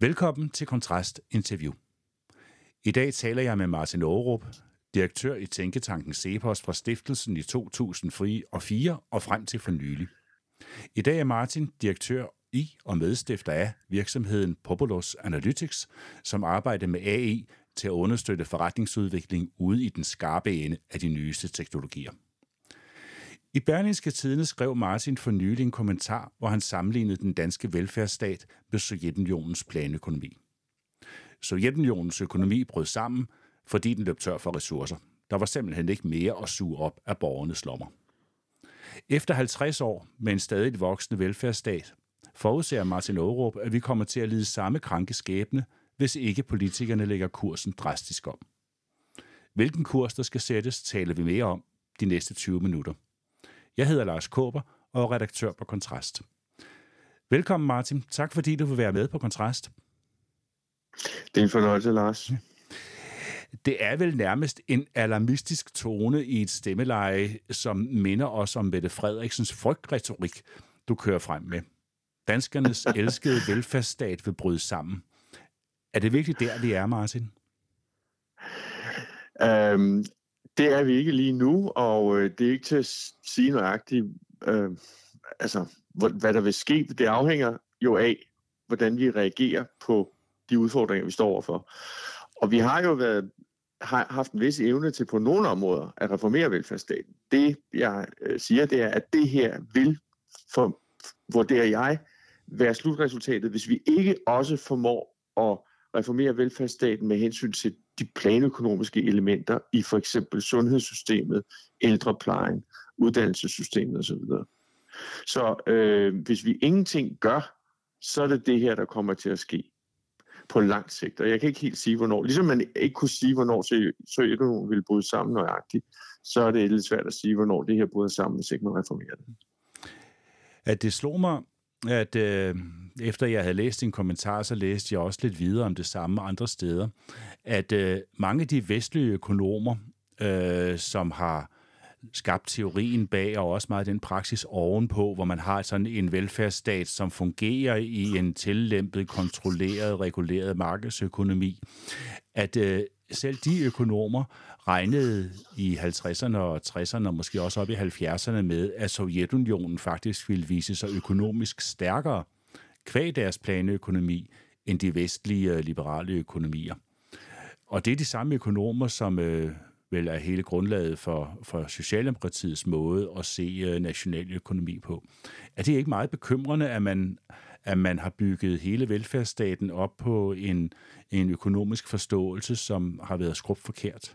Velkommen til Kontrast Interview. I dag taler jeg med Martin Aarup, direktør i tænketanken CEPOS fra stiftelsen i 2004 og frem til for nylig. I dag er Martin direktør i og medstifter af virksomheden Populus Analytics, som arbejder med AI til at understøtte forretningsudvikling ude i den skarpe ende af de nyeste teknologier. I Berlingske Tidende skrev Martin for nylig en kommentar, hvor han sammenlignede den danske velfærdsstat med Sovjetunionens planøkonomi. Sovjetunionens økonomi brød sammen, fordi den løb tør for ressourcer. Der var simpelthen ikke mere at suge op af borgernes lommer. Efter 50 år med en stadig voksende velfærdsstat, forudser Martin Aarup, at vi kommer til at lide samme kranke skæbne, hvis ikke politikerne lægger kursen drastisk om. Hvilken kurs der skal sættes, taler vi mere om de næste 20 minutter. Jeg hedder Lars Kaaber og er redaktør på Kontrast. Velkommen Martin. Tak fordi du vil være med på Kontrast. Det er en fornøjelse, Lars. Det er vel nærmest en alarmistisk tone i et stemmeleje, som minder os om Mette Frederiksens frygtretorik, du kører frem med. Danskernes elskede velfærdsstat vil bryde sammen. Er det virkelig der, vi er, Martin? Det er vi ikke lige nu, og det er ikke til at sige nøjagtigt, hvad der vil ske. Det afhænger jo af, hvordan vi reagerer på de udfordringer, vi står overfor. Og vi har jo haft en vis evne til på nogle områder at reformere velfærdsstaten. Det, jeg siger, det er, at det her vil, vurderer jeg, være slutresultatet, hvis vi ikke også formår at reformere velfærdsstaten med hensyn til de planøkonomiske elementer i for eksempel sundhedssystemet, ældreplejen, uddannelsessystemet osv. Så hvis vi ingenting gør, så er det her, der kommer til at ske på lang sigt. Og jeg kan ikke helt sige, hvornår. Ligesom man ikke kunne sige, hvornår Sovjetunionen ville bryde sammen nøjagtigt, så er det lidt svært at sige, hvornår det her bryder sammen, hvis ikke man reformerer det. At det slog mig, at efter jeg havde læst din kommentar, så læste jeg også lidt videre om det samme andre steder, at mange af de vestlige økonomer, som har skabt teorien bag, og også meget den praksis ovenpå, hvor man har sådan en velfærdsstat, som fungerer i en tillempet, kontrolleret, reguleret markedsøkonomi, at selv de økonomer regnede i 50'erne og 60'erne og måske også op i 70'erne med, at Sovjetunionen faktisk ville vise sig økonomisk stærkere qua deres planøkonomi end de vestlige liberale økonomier. Og det er de samme økonomer, som vel er hele grundlaget for Socialdemokratiets måde at se nationaløkonomi på. Er det ikke meget bekymrende, at man har bygget hele velfærdsstaten op på en økonomisk forståelse, som har været skrupforkert?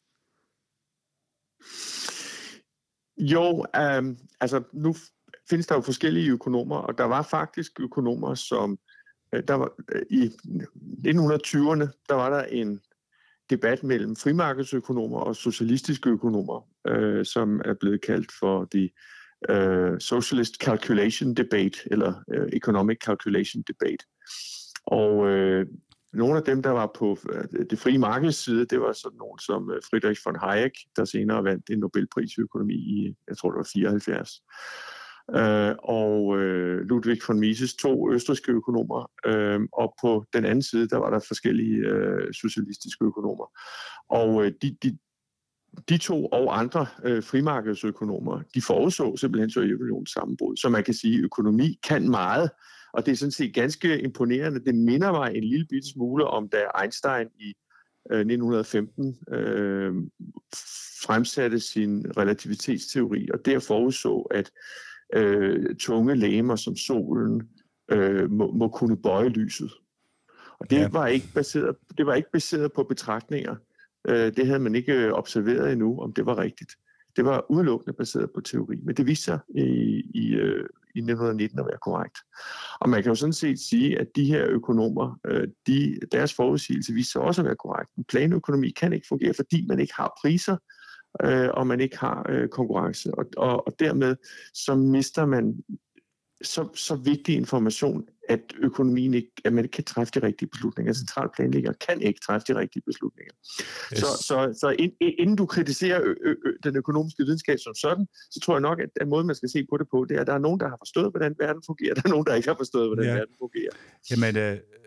Jo, nu findes der jo forskellige økonomer, og der var faktisk økonomer, som der var i 1920'erne, der var der en debat mellem frimarkedsøkonomer og socialistiske økonomer, som er blevet kaldt for the Socialist Calculation Debate, eller Economic Calculation Debate. Og nogle af dem, der var på det frie markeds side, det var sådan nogle som Friedrich von Hayek, der senere vandt en Nobelpris i økonomi i, jeg tror det var 74. Og Ludwig von Mises, 2 østrigske økonomer, og på den anden side, der var der forskellige socialistiske økonomer. Og de 2 og andre frimarkedsøkonomer, de forudså simpelthen Sovjetunionens sammenbrud. Så man kan sige, at økonomi kan meget, og det er sådan set ganske imponerende. Det minder mig en lille bitte smule om, da Einstein i 1915 fremsatte sin relativitetsteori, og der forudså, at tunge legemer som solen må kunne bøje lyset. Og det var ikke baseret på betragtninger. Det havde man ikke observeret endnu, om det var rigtigt. Det var udelukkende baseret på teori, men det viste sig i 1919 at være korrekt. Og man kan jo sådan set sige, at de her økonomer, deres forudsigelse viste sig også at være korrekt. En planøkonomi kan ikke fungere, fordi man ikke har priser, og man ikke har konkurrence. Og dermed så mister man så vigtig information, at økonomien ikke, at man ikke kan træffe de rigtige beslutninger. Centralplanlæggere kan ikke træffe de rigtige beslutninger. Yes. Så inden du kritiserer den økonomiske videnskab som sådan, så tror jeg nok, at den måde, man skal se på det på, det er, at der er nogen, der har forstået, hvordan verden fungerer, der er nogen, der ikke har forstået, hvordan verden fungerer. Jamen,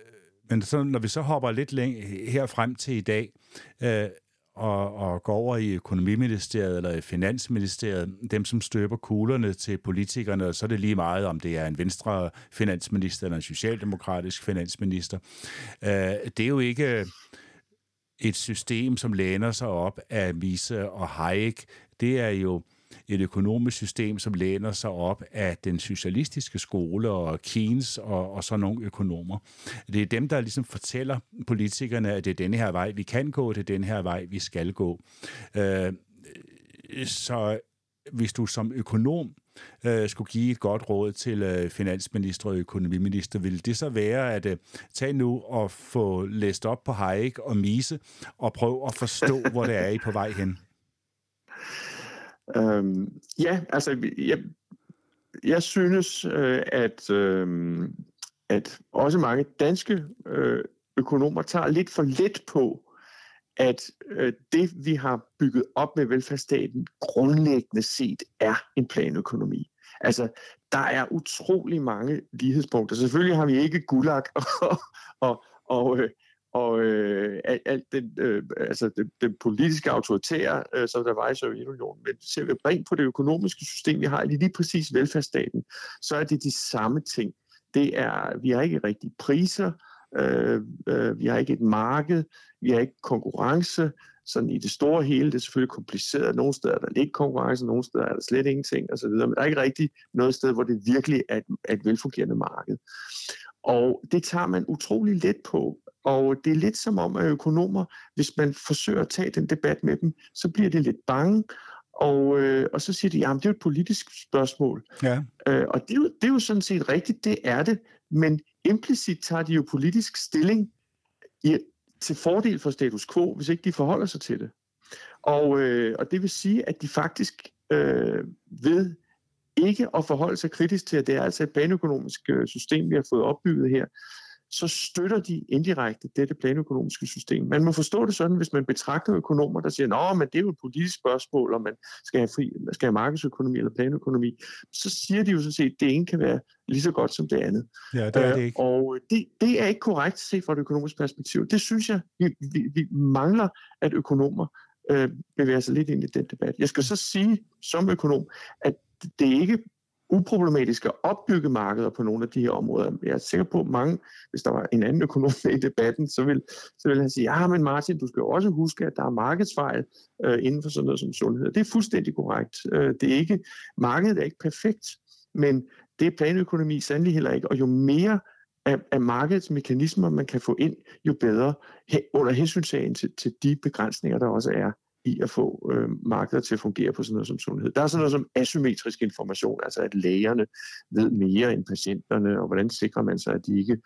Men så, når vi så hopper lidt her frem til i dag, og går over i økonomiministeriet eller i finansministeriet, dem som støber kuglerne til politikerne, og så er det lige meget, om det er en venstre finansminister eller en socialdemokratisk finansminister. Det er jo ikke et system, som læner sig op af Mises og Hayek. Det er jo et økonomisk system, som læner sig op af den socialistiske skole og Keynes og så nogle økonomer. Det er dem, der ligesom fortæller politikerne, at det er denne her vej, vi kan gå, det er den her vej, vi skal gå. Så hvis du som økonom skulle give et godt råd til finansminister og økonomiminister, vil det så være at tage nu og få læst op på Hayek og Mises og prøve at forstå, hvor det er I på vej hen? Ja, altså jeg synes, at også mange danske økonomer tager lidt for let på, at det, vi har bygget op med velfærdsstaten, grundlæggende set er en planøkonomi. Altså, der er utrolig mange lighedspunkter. Selvfølgelig har vi ikke Gulag og alt den politiske autoritære, som der var i Sovjetunionen. Men ser vi rent på det økonomiske system, vi har lige præcis velfærdsstaten, så er det de samme ting. Vi har ikke rigtige priser, vi har ikke et marked, vi har ikke konkurrence, sådan i det store hele. Det er selvfølgelig kompliceret. Nogle steder er der lidt konkurrence, nogle steder er der slet ingenting osv. Men der er ikke rigtig noget sted, hvor det virkelig er et velfungerende marked. Og det tager man utrolig let på. Og det er lidt som om, at økonomer, hvis man forsøger at tage den debat med dem, så bliver det lidt bange. Og så siger de, jamen det er jo et politisk spørgsmål. Ja. Og det er jo sådan set rigtigt, det er det. Men implicit tager de jo politisk stilling til fordel for status quo, hvis ikke de forholder sig til det. Og det vil sige, at de faktisk ved ikke at forholde sig kritisk til, at det er altså et planøkonomisk system, vi har fået opbygget her, så støtter de indirekte dette planøkonomiske system. Man må forstå det sådan, hvis man betragter økonomer, der siger, men det er jo et politisk spørgsmål, om man skal have markedsøkonomi eller planøkonomi, så siger de jo sådan set, at det ene kan være lige så godt som det andet. Ja, det er det ikke. Og det er ikke korrekt set fra et økonomisk perspektiv. Det synes jeg, vi mangler, at økonomer bevæger sig lidt ind i den debat. Jeg skal så sige som økonom, at det ikke uproblematisk at opbygge markeder på nogle af de her områder. Jeg er sikker på, at mange, hvis der var en anden økonom i debatten, så vil han sige, men Martin, du skal jo også huske, at der er markedsfejl inden for sådan noget som sundhed. Det er fuldstændig korrekt. Det er ikke, markedet er ikke perfekt, men det er planøkonomi sandelig heller ikke. Og jo mere af markedets mekanismer, man kan få ind, jo bedre under hensyntagen til de begrænsninger, der også er i at få markeder til at fungere på sådan noget som sundhed. Der er sådan noget som asymmetrisk information, altså at lægerne ved mere end patienterne, og hvordan sikrer man sig, at de ikke...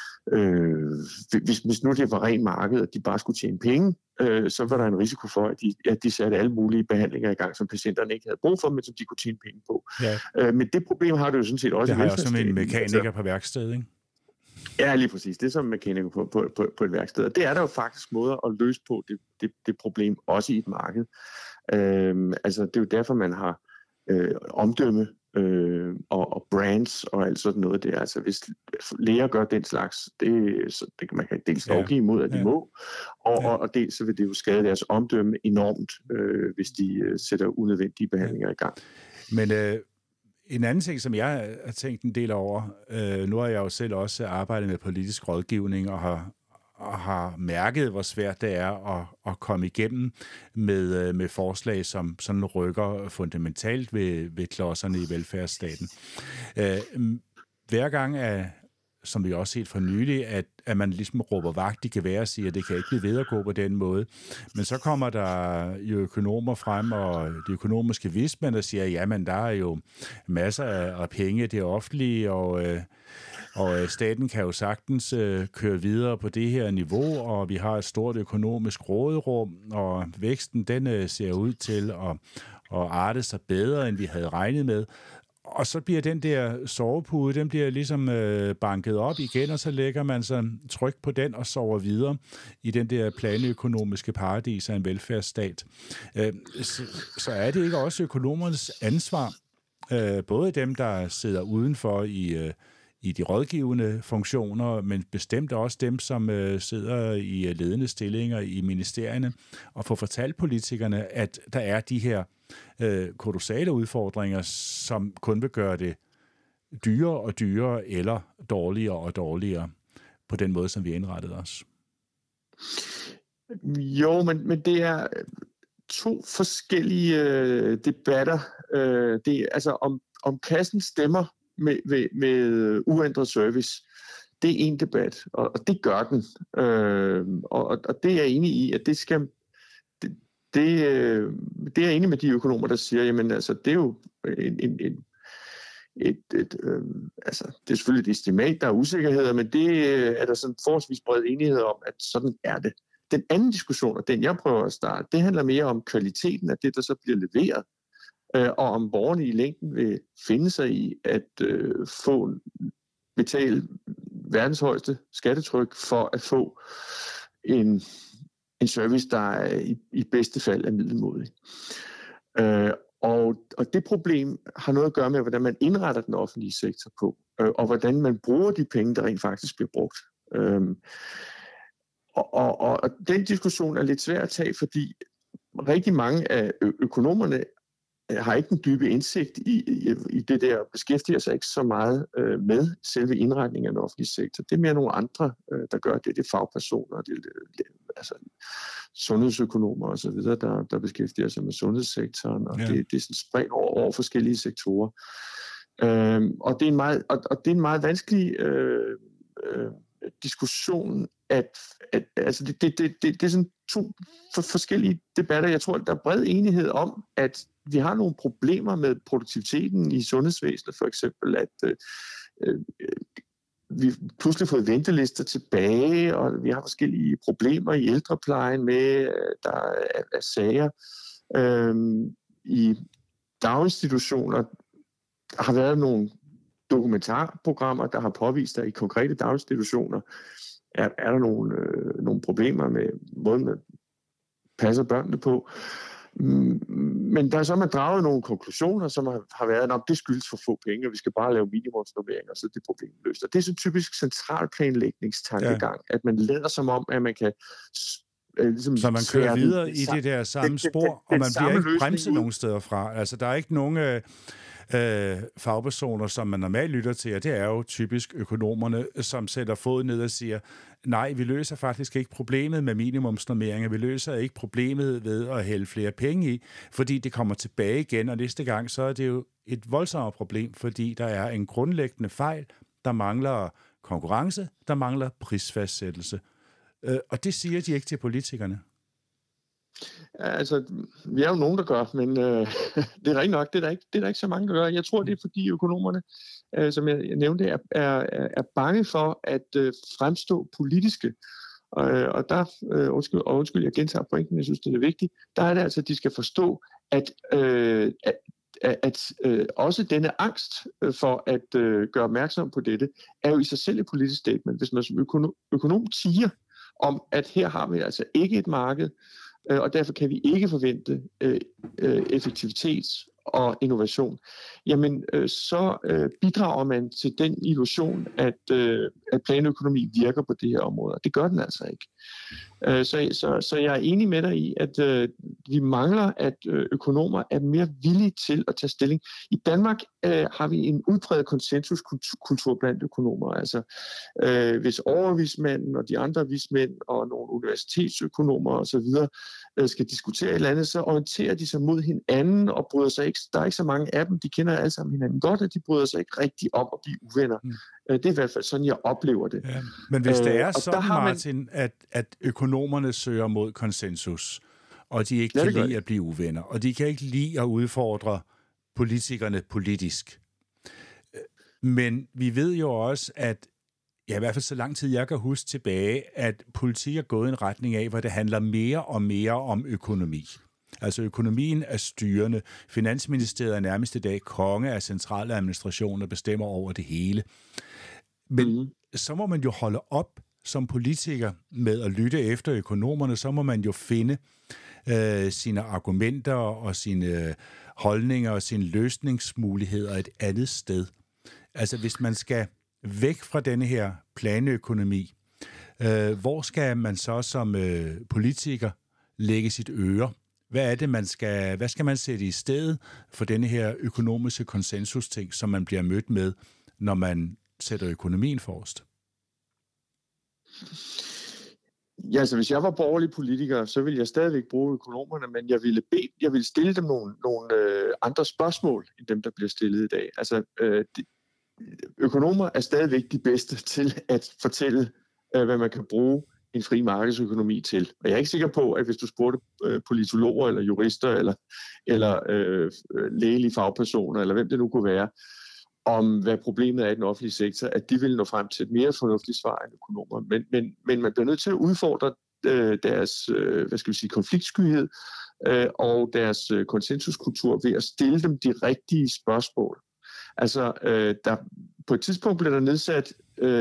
Hvis nu det var rent marked, og de bare skulle tjene penge, så var der en risiko for, at de satte alle mulige behandlinger i gang, som patienterne ikke havde brug for, men som de kunne tjene penge på. Ja. Men det problem har det jo sådan set også. Det har jeg også med en mekaniker på værkstedet, ikke? Ja, lige præcis. Det er som mekaniker på et værksted. Og det er der jo faktisk måder at løse på det problem, også i et marked. Altså, det er jo derfor, man har omdømme og brands og alt sådan noget der. Altså, hvis læger gør den slags, det kan man dels lovgive imod, at de må, og dels så vil det jo skade deres omdømme enormt, hvis de sætter unødvendige behandlinger i gang. Men en anden ting, som jeg har tænkt en del over, nu har jeg jo selv også arbejdet med politisk rådgivning og har mærket, hvor svært det er at komme igennem med forslag, som sådan rykker fundamentalt ved klodserne i velfærdsstaten. Hver gang som vi også set for nylig, at man ligesom råber vagt i gevær og siger, at det kan ikke blive ved at gå på den måde. Men så kommer der jo økonomer frem, og de økonomiske vismænd, der siger, jamen der er jo masser af penge i det offentlige, og staten kan jo sagtens køre videre på det her niveau, og vi har et stort økonomisk råderum, og væksten den ser ud til at arte sig bedre, end vi havde regnet med. Og så bliver den der sovepude, den bliver ligesom banket op igen, og så lægger man sig tryk på den og sover videre i den der planøkonomiske paradis af en velfærdsstat. Så er det ikke også økonomernes ansvar, både dem, der sidder udenfor i de rådgivende funktioner, men bestemt også dem, som sidder i ledende stillinger i ministerierne, og få fortalt politikerne, at der er de her kolossale udfordringer, som kun vil gøre det dyrere og dyrere, eller dårligere og dårligere, på den måde, som vi indrettede os. Jo, men det er to forskellige debatter. Det er altså om kassen stemmer med uændret service. Det er en debat, og det gør den. Og det er jeg enig i, at det skal... Det er jeg enig med de økonomer, der siger, jamen altså, det er jo altså, det er selvfølgelig et estimat, der er usikkerheder, men det er der sådan forholdsvis bred enighed om, at sådan er det. Den anden diskussion, og den jeg prøver at starte, det handler mere om kvaliteten af det, der så bliver leveret, og om borgerne i længden vil finde sig i at betale verdens højeste skattetryk for at få en service, der er i bedste fald er middelmådig. Og det problem har noget at gøre med, hvordan man indretter den offentlige sektor på, og hvordan man bruger de penge, der rent faktisk bliver brugt. Og den diskussion er lidt svær at tage, fordi rigtig mange af økonomerne har ikke den dybe indsigt i det der, beskæftiger sig ikke så meget med selve indretningen af den offentlige sektor. Det er mere nogle andre, der gør det. Det er fagpersoner, altså sundhedsøkonomer og så videre, der beskæftiger sig med sundhedssektoren, og det er sådan spredt over forskellige sektorer. Og det er en meget vanskelig diskussion, altså det er sådan to forskellige debatter. Jeg tror, der er bred enighed om, at vi har nogle problemer med produktiviteten i sundhedsvæsenet, for eksempel, at vi pludselig har fået ventelister tilbage, og vi har forskellige problemer i ældreplejen med, der er sager. I daginstitutioner har været nogle dokumentarprogrammer, der har påvist, at i konkrete daginstitutioner er der nogle problemer med måden, man passer børnene på. Men der er så man draget nogle konklusioner, som har været, at det skyldes for få penge, og vi skal bare lave minimumsnormeringer, så det problem løst. Og det er så typisk centralplanlægningstankegang, at man lader som om, at man kan... Ligesom så man kører videre i det der samme spor, og man bliver ikke bremset nogen steder fra. Altså, der er ikke nogen fagpersoner, som man normalt lytter til, og det er jo typisk økonomerne, som sætter foden ned og siger, nej, vi løser faktisk ikke problemet med minimumsnormeringer, vi løser ikke problemet ved at hælde flere penge i, fordi det kommer tilbage igen, og næste gang, så er det jo et voldsomt problem, fordi der er en grundlæggende fejl, der mangler konkurrence, der mangler prisfastsættelse. Og det siger de ikke til politikerne. Altså, vi er jo nogen, der gør, men det er rigtig nok, det er der ikke så mange, der gør. Jeg tror, det er fordi økonomerne, som jeg nævnte, er bange for at fremstå politiske. Og der, undskyld, jeg gentager pointen, jeg synes, det er vigtigt, der er det altså, at de skal forstå, at også denne angst for at gøre opmærksom på dette, er jo i sig selv et politisk statement. Hvis man som økonom siger om, at her har vi altså ikke et marked, og derfor kan vi ikke forvente effektivitet og innovation, jamen så bidrager man til den illusion, at planøkonomi virker på det her område. Det gør den altså ikke. Så jeg er enig med dig i, at vi mangler, at økonomer er mere villige til at tage stilling. I Danmark har vi en udpræget konsensuskultur blandt økonomer. Altså hvis overvismanden og de andre vismænd og nogle universitetsøkonomer osv. skal diskutere et eller andet, så orienterer de sig mod hinanden og bryder sig ikke. Der er ikke så mange af dem, de kender alle sammen hinanden godt, og de bryder sig ikke rigtig om at blive uvenner. Det er i hvert fald sådan, jeg oplever det. Ja, men hvis det er sådan, Martin, at økonomerne søger mod konsensus, og de ikke kan lide at blive uvenner, og de kan ikke lide at udfordre politikerne politisk. Men vi ved jo også, at i hvert fald så lang tid jeg kan huske tilbage, at politik er gået i en retning af, hvor det handler mere og mere om økonomi. Altså økonomien er styrende. Finansministeriet er nærmest i dag konge af centrale administrationer, bestemmer over det hele. Men så må man jo holde op som politiker med at lytte efter økonomerne, så må man jo finde sine argumenter og sine holdninger og sine løsningsmuligheder et andet sted. Altså hvis man skal væk fra denne her planøkonomi, hvor skal man så som politiker lægge sit øre? Hvad skal man sætte i stedet for denne her økonomiske konsensus-ting, som man bliver mødt med, når man sætter økonomien forrest? Ja, altså hvis jeg var borgerlig politiker, så ville jeg stadigvæk bruge økonomerne, men jeg ville stille dem nogle andre spørgsmål, end dem, der bliver stillet i dag. Altså, økonomer er stadigvæk de bedste til at fortælle, hvad man kan bruge en fri markedsøkonomi til. Og jeg er ikke sikker på, at hvis du spurgte politologer eller jurister eller lægelige fagpersoner, eller hvem det nu kunne være, om hvad problemet er i den offentlige sektor, at de vil nå frem til et mere fornuftigt svar end økonomer. Men man bliver nødt til at udfordre deres konfliktskyhed og deres konsensuskultur ved at stille dem de rigtige spørgsmål. Altså, på et tidspunkt blev der nedsat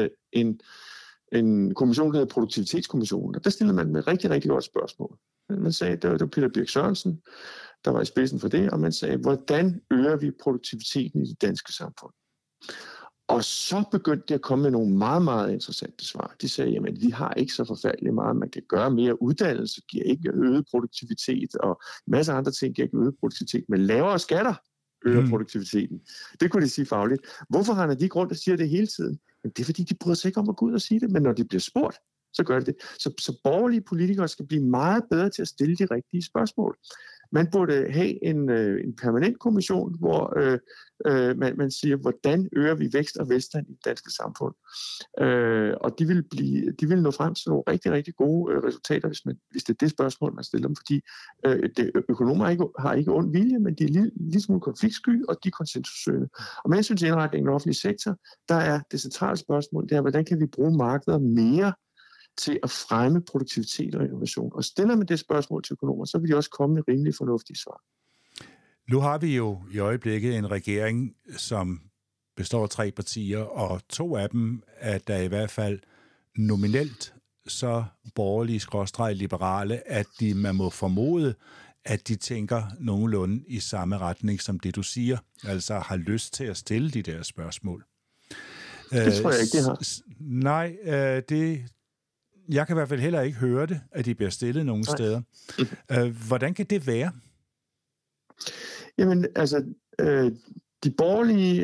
en kommission, der hedder Produktivitetskommissionen, og der stillede man med rigtig, rigtig godt spørgsmål. Man sagde, det var Peter Birch Sørensen, der var i spidsen for det, og man sagde, hvordan øger vi produktiviteten i det danske samfund? Og så begyndte de at komme med nogle meget, meget interessante svar. De sagde, jamen vi har ikke så forfærdeligt meget, man kan gøre mere uddannelse, giver ikke øget produktivitet, og en masse andre ting giver ikke øget produktivitet, men lavere skatter øger produktiviteten. Det kunne de sige fagligt. Hvorfor render de ikke rundt og siger det hele tiden? Men det er fordi, de bryder sig ikke om at gå ud og sige det, men når de bliver spurgt, så gør de det. Så borgerlige politikere skal blive meget bedre til at stille de rigtige spørgsmål. Man burde have en permanent kommission, hvor man siger, hvordan øger vi vækst og velstand i det danske samfund. Og de vil nå frem til nogle rigtig, rigtig gode resultater, hvis det er det spørgsmål, man stiller dem. Fordi økonomer har ikke ond vilje, men de er lige smule konfliktsky, og de er konsensussøgende. Og med hensyn til indretningen af den offentlige sektor, der er det centrale spørgsmål, det er, hvordan kan vi bruge markeder mere til at fremme produktivitet og innovation. Og stiller man det spørgsmål til økonomer, så vil de også komme med rimelig fornuftige svar. Nu har vi jo i øjeblikket en regering, som består af 3 partier, og 2 af dem er der i hvert fald nominelt så borgerlige/liberale, at man må formode, at de tænker nogenlunde i samme retning som det, du siger, altså har lyst til at stille de der spørgsmål. Det tror jeg ikke, de har. Nej, jeg kan i hvert fald heller ikke høre det, at de bliver stillet nogen steder. Hvordan kan det være? Jamen, altså, de borgerlige,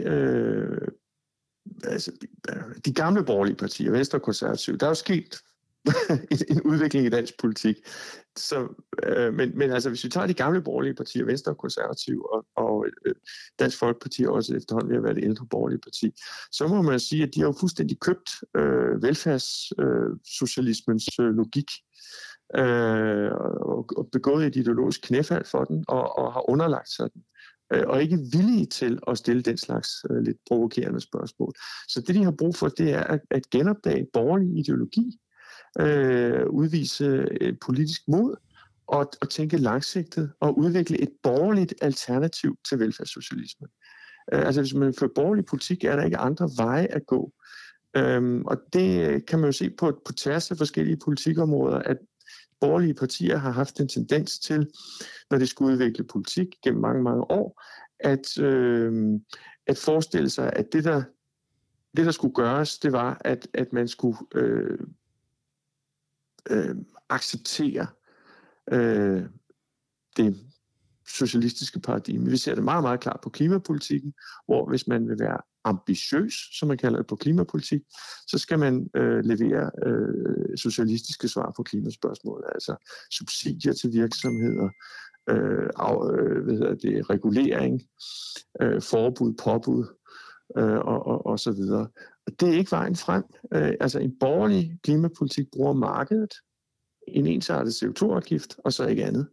de gamle borgerlige partier, Venstre og Konservative, der er jo sket en udvikling i dansk politik. Så, men altså, hvis vi tager de gamle borgerlige partier, Venstre og Konservative og Dansk Folkeparti også efterhånden ved at være det ældre borgerlige parti, så må man sige, at de har jo fuldstændig købt velfærdssocialismens logik og begået et ideologisk knæfald for den og har underlagt sig den. Og ikke villige til at stille den slags lidt provokerende spørgsmål. Så det, de har brug for, det er at genopdage borgerlig ideologi, udvise politisk mod og tænke langsigtet og udvikle et borgerligt alternativ til velfærdssocialismen. Altså hvis man fører borgerlig politik, er der ikke andre veje at gå. Og det kan man jo se på tværs af forskellige politikområder, at borgerlige partier har haft en tendens til, når de skulle udvikle politik gennem mange, mange år, at forestille sig, at det der skulle gøres, det var, at man skulle acceptere det socialistiske paradigme. Vi ser det meget, meget klart på klimapolitikken, hvor hvis man vil være ambitiøs, som man kalder det på klimapolitik, så skal man levere socialistiske svar på klimaspørgsmålet, altså subsidier til virksomheder, regulering, forbud, påbud og så videre. Og det er ikke vejen frem. Altså en borgerlig klimapolitik bruger markedet, en ensartet CO2-afgift og så ikke andet.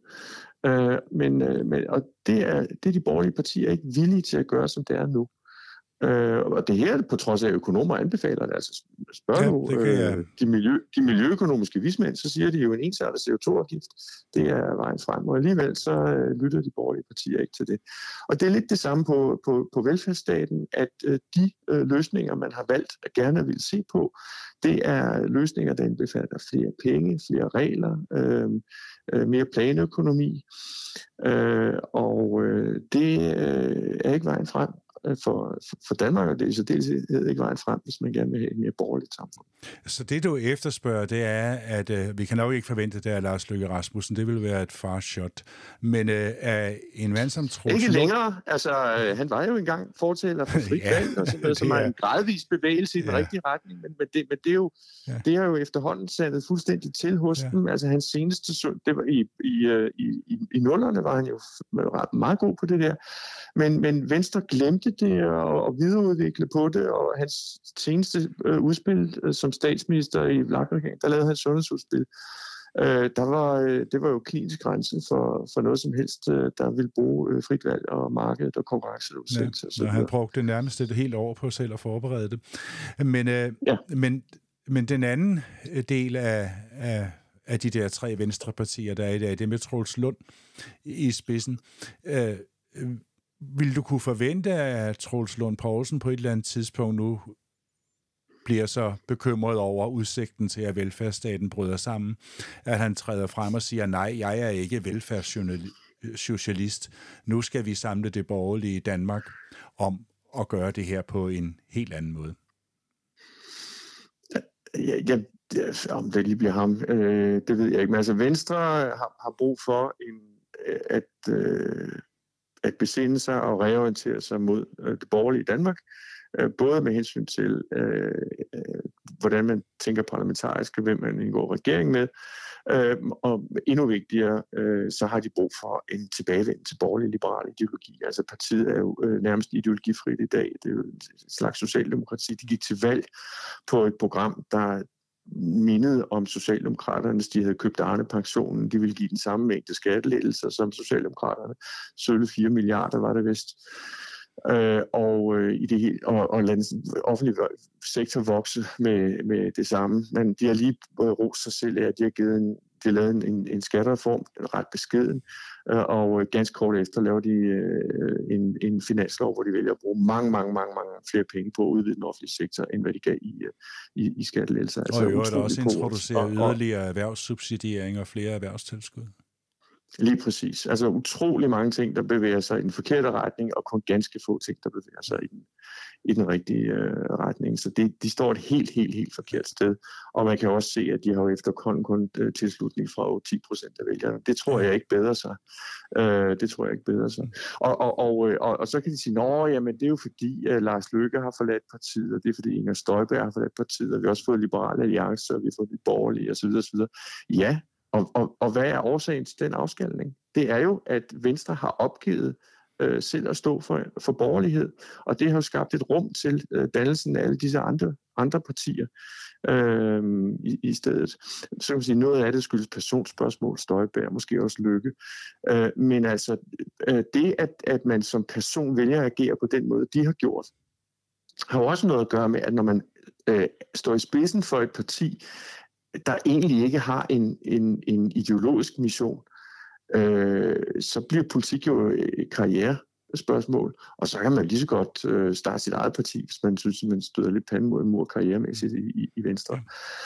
Og det er de borgerlige partier ikke villige til at gøre, som det er nu. Og det her, på trods af økonomer anbefaler det, altså spørger du de miljøøkonomiske vismænd, så siger de jo en ensartet CO2-afgift, det er vejen frem, og alligevel så lytter de borgerlige partier ikke til det. Og det er lidt det samme på velfærdsstaten, at de løsninger, man har valgt at gerne vil se på, det er løsninger, der indbefatter flere penge, flere regler, mere planøkonomi, og det er ikke vejen frem. for Danmark, og det er så det ikke vejen frem, hvis man gerne vil have et mere borgerligt samfund. Så det, du efterspørger, det er, at vi kan nok ikke forvente, det er Lars Løkke Rasmussen. Det vil være et far shot. Men er en mand som Troels Ikke længere. Altså, han var jo engang fortæller for frit valg, og sådan, som er en gradvis bevægelse i den rigtige retning, men det er jo efterhånden sandet fuldstændig til hos dem. Altså, hans seneste det var i nullerne var han jo meget god på det der. Men Venstre glemte det og videreudvikle på det, og hans seneste udspil som statsminister i VLAK-regeringen, der lavede han sundhedsudspil. Det var jo klinisk grænsen for noget som helst, der ville bruge frit valg og markedet og konkurrenceudsættelse. Ja, han brugte det nærmest et helt år på selv at forberede det. Men den anden del af de der 3 venstrepartier, der er i dag, det med Troels Lund i spidsen. Vil du kunne forvente, at Troels Lund Poulsen på et eller andet tidspunkt nu bliver så bekymret over udsigten til, at velfærdsstaten bryder sammen, at han træder frem og siger, nej, jeg er ikke velfærdssocialist. Nu skal vi samle det borgerlige Danmark om at gøre det her på en helt anden måde? Om det lige bliver ham, det ved jeg ikke. Men altså Venstre har brug for at besinde sig og reorientere sig mod det borgerlige Danmark, både med hensyn til, hvordan man tænker parlamentarisk, hvem man indgår regering med, og endnu vigtigere, så har de brug for en tilbagevenden til borgerlig-liberal ideologi. Altså partiet er jo nærmest ideologifrit i dag. Det er jo en slags socialdemokrati. De gik til valg på et program, der mindede om Socialdemokraterne. De havde købt Arne-pensionen. De ville give den samme mængde skattelettelser som Socialdemokraterne. Sølle 4 milliarder var det vist. I det hele, og lade den offentlige sektor vokse med det samme. Men de har lige rost sig selv af, at de har lavet en skattereform, ret beskeden, og ganske kort efter laver de en finanslov, hvor de vælger at bruge mange flere penge på at udvide den offentlige sektor, end hvad de gav i skattelettelser. Og i øvrigt også introducere yderligere erhvervssubsidiering og flere erhvervstilskud. Lige præcis. Altså utrolig mange ting, der bevæger sig i den forkerte retning, og kun ganske få ting, der bevæger sig i den rigtige retning. Så de står et helt forkert sted. Og man kan også se, at de har jo efterhånden kun tilslutning fra 10% af vælgerne. Det tror jeg ikke bedre sig. Og så kan de sige, jamen det er jo fordi Lars Løkke har forladt partiet, og det er fordi Inger Støjberg har forladt partiet, og vi har også fået Liberal Alliance, og vi har fået de borgerlige osv. Ja. Og hvad er årsagen til den afskalning? Det er jo, at Venstre har opgivet selv at stå for borgerlighed, og det har jo skabt et rum til dannelsen af alle disse andre partier i stedet. Så kan man sige, noget af det skyldes personspørgsmål, Støjberg, måske også Løkke. Men altså, det at man som person vælger at agere på den måde, de har gjort, har jo også noget at gøre med, at når man står i spidsen for et parti, der egentlig ikke har en ideologisk mission, så bliver politik jo et karrierespørgsmål, og så kan man lige så godt starte sit eget parti, hvis man synes, at man støder lidt panden mod en mur karrieremæssigt i Venstre.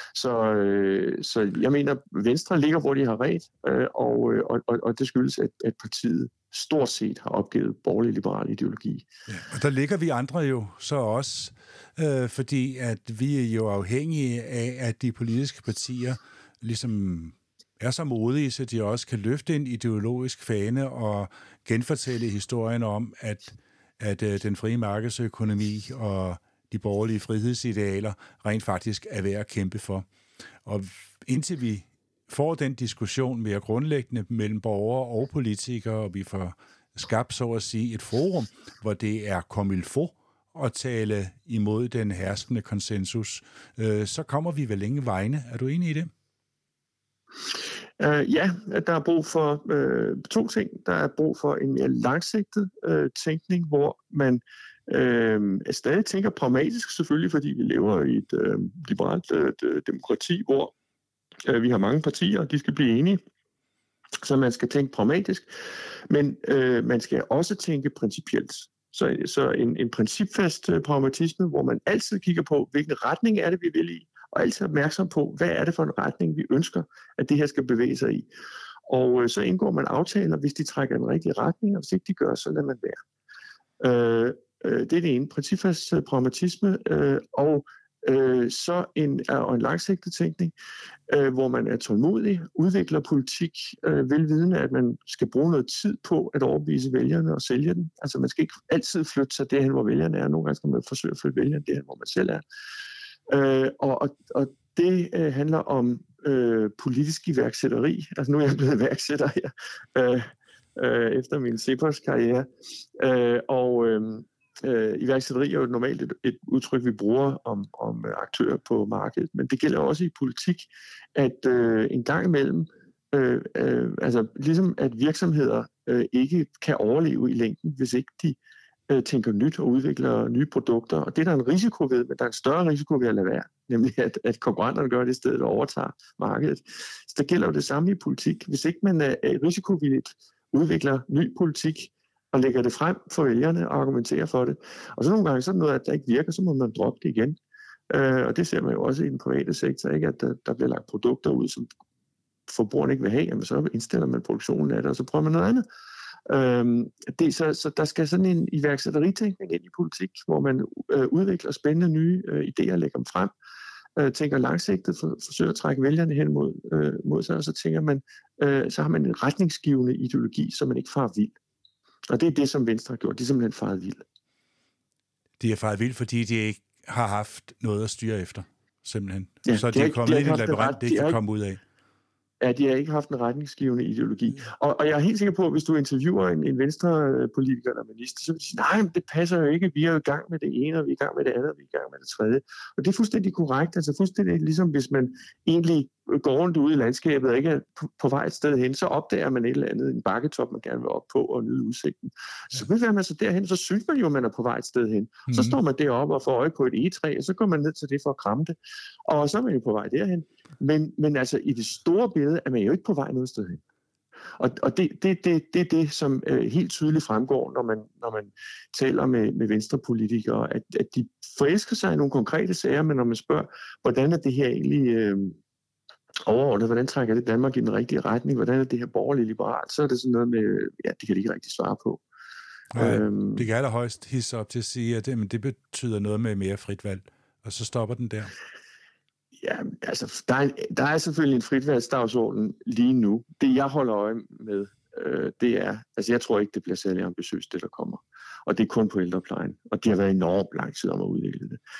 Så jeg mener, Venstre ligger, hvor de har ret, og det skyldes, at partiet stort set har opgivet borgerlig-liberal ideologi. Ja, og der ligger vi andre jo så også, fordi at vi er jo afhængige af, at de politiske partier ligesom er så modige, så de også kan løfte en ideologisk fane og genfortælle historien om, at den frie markedsøkonomi og de borgerlige frihedsidealer rent faktisk er værd at kæmpe for. Og indtil vi får den diskussion mere grundlæggende mellem borgere og politikere, og vi får skabt, så at sige, et forum, hvor det er comme il faut at tale imod den herskende konsensus, så kommer vi vel ingen vegne. Er du enig i det? Ja, der er brug for 2 ting. Der er brug for en mere langsigtet tænkning, hvor man stadig tænker pragmatisk, selvfølgelig, fordi vi lever i et liberalt demokrati, hvor vi har mange partier, og de skal blive enige. Så man skal tænke pragmatisk, men man skal også tænke principielt. Så en principfast pragmatisme, hvor man altid kigger på, hvilken retning er det, vi vil i, og altid er opmærksom på, hvad er det for en retning, vi ønsker, at det her skal bevæge sig i. Og så indgår man aftaler, hvis de trækker i den rigtige retning, og hvis ikke de gør, så lader man være. Det er det ene. Principfast pragmatisme og en langsigtet tænkning, hvor man er tålmodig, udvikler politik, velvidende, at man skal bruge noget tid på at overbevise vælgerne og sælge den. Altså man skal ikke altid flytte sig derhen, hvor vælgerne er. Nogle gange skal man forsøge at flytte vælgerne derhen, hvor man selv er. Og det handler om politisk iværksætteri. Altså nu er jeg blevet iværksætter her, efter min CEPOS-karriere. Iværksætteri er jo normalt et udtryk, vi bruger om aktører på markedet, men det gælder også i politik, at en gang imellem, ligesom at virksomheder ikke kan overleve i længden, hvis ikke de tænker nyt og udvikler nye produkter. Og det er der en risiko ved, men der er en større risiko ved at lade være, nemlig at konkurrenterne gør det i stedet og overtager markedet. Så der gælder jo det samme i politik. Hvis ikke man er risikovilligt udvikler ny politik, og lægger det frem for vælgerne og argumenterer for det. Og så nogle gange så er det noget, at der ikke virker, så må man droppe det igen. Og det ser man jo også i den private sektor, ikke? At der bliver lagt produkter ud, som forbrugerne ikke vil have, jamen så indstiller man produktionen af det, og så prøver man noget andet. Så der skal sådan en iværksætteritænkning ind i politik, hvor man udvikler spændende nye idéer, lægger dem frem, tænker langsigtet, forsøger at trække vælgerne hen mod sig, og så tænker man, så har man en retningsgivende ideologi, så man ikke farer vild. Og det er det, som Venstre har gjort. De er simpelthen faret vildt. De er faret vildt, fordi de ikke har haft noget at styre efter, simpelthen. Ja, så de er kommet ind i en labyrint, det ikke kan komme ud af. Ja, de har ikke haft en retningsgivende ideologi. Og jeg er helt sikker på, at hvis du interviewer en venstrepolitiker eller minister, så vil de sige, nej, men det passer jo ikke. Vi er jo i gang med det ene, og vi er i gang med det andet, og vi er i gang med det tredje. Og det er fuldstændig korrekt. Altså fuldstændig ligesom hvis man egentlig går rundt ude i landskabet og ikke er på vej et sted hen, så opdager man et eller andet, en bakketop, man gerne vil op på og nyde udsigten. Så bevæger man sig derhen, så synes man jo, at man er på vej et sted hen. Så står man deroppe og får øje på et egetræ, og så går man ned til det for at kramme det. Og så er man jo på vej derhen. Men altså i det store billede er man jo ikke på vej noget sted hen. Og det er det, som helt tydeligt fremgår, når man taler med venstrepolitikere, at de forelsker sig i nogle konkrete sager, men når man spørger, hvordan er det her egentlig overordnet, hvordan trækker det Danmark i den rigtige retning, hvordan er det her borgerlige liberalt, så er det sådan noget med, ja, det kan de ikke rigtig svare på. Det kan allerhøjst hisse op til at sige, at det betyder noget med mere frit valg, og så stopper den der. Ja, altså, der er selvfølgelig en fritvalgsdagsorden lige nu. Det, jeg holder øje med, det er, altså jeg tror ikke, det bliver særlig ambitiøst, det der kommer. Og det er kun på ældreplejen. Og det har været enormt lang tid om at udvikle det.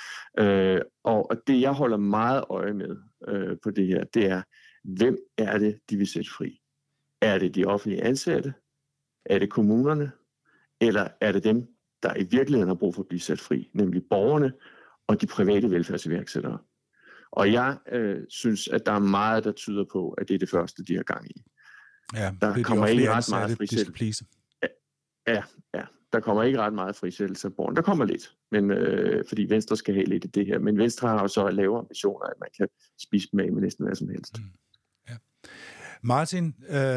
Og det, jeg holder meget øje med på det her, det er, hvem er det, de vil sætte fri? Er det de offentlige ansatte? Er det kommunerne? Eller er det dem, der i virkeligheden har brug for at blive sat fri? Nemlig borgerne og de private velfærdsiværksættere. Og jeg synes, at der er meget, der tyder på, at det er det første, de har gang i. Ja, der kommer ikke ret meget frisættelse. Ja, der kommer ikke ret meget frisættelse af borgerne. Der kommer lidt, men fordi Venstre skal have lidt i det her. Men Venstre har jo så lavere ambitioner, at man kan spise dem af med næsten hvad som helst. Ja. Martin,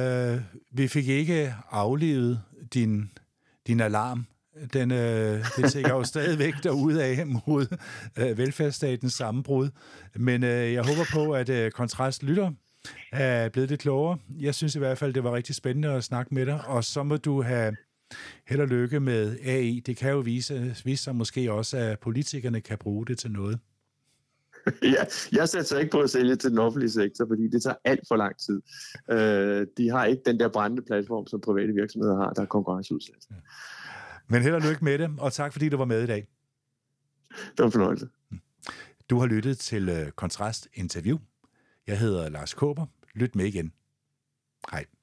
vi fik ikke aflevet din alarm. Det tækker jo stadigvæk derudad mod velfærdsstatens sammenbrud. Men jeg håber på, at Kontrast lytter er blevet lidt klogere. Jeg synes i hvert fald, det var rigtig spændende at snakke med dig. Og så må du have held og lykke med AI. Det kan jo vise sig måske også, at politikerne kan bruge det til noget. Ja, jeg sætter ikke på at sælge til den offentlige sektor, fordi det tager alt for lang tid. De har ikke den der brændende platform, som private virksomheder har, der er konkurrenceudsat. Ja. Men held og lykke med det, og tak fordi du var med i dag. Det var en fornøjelse. Du har lyttet til Kontrast Interview. Jeg hedder Lars Kaaber. Lyt med igen. Hej.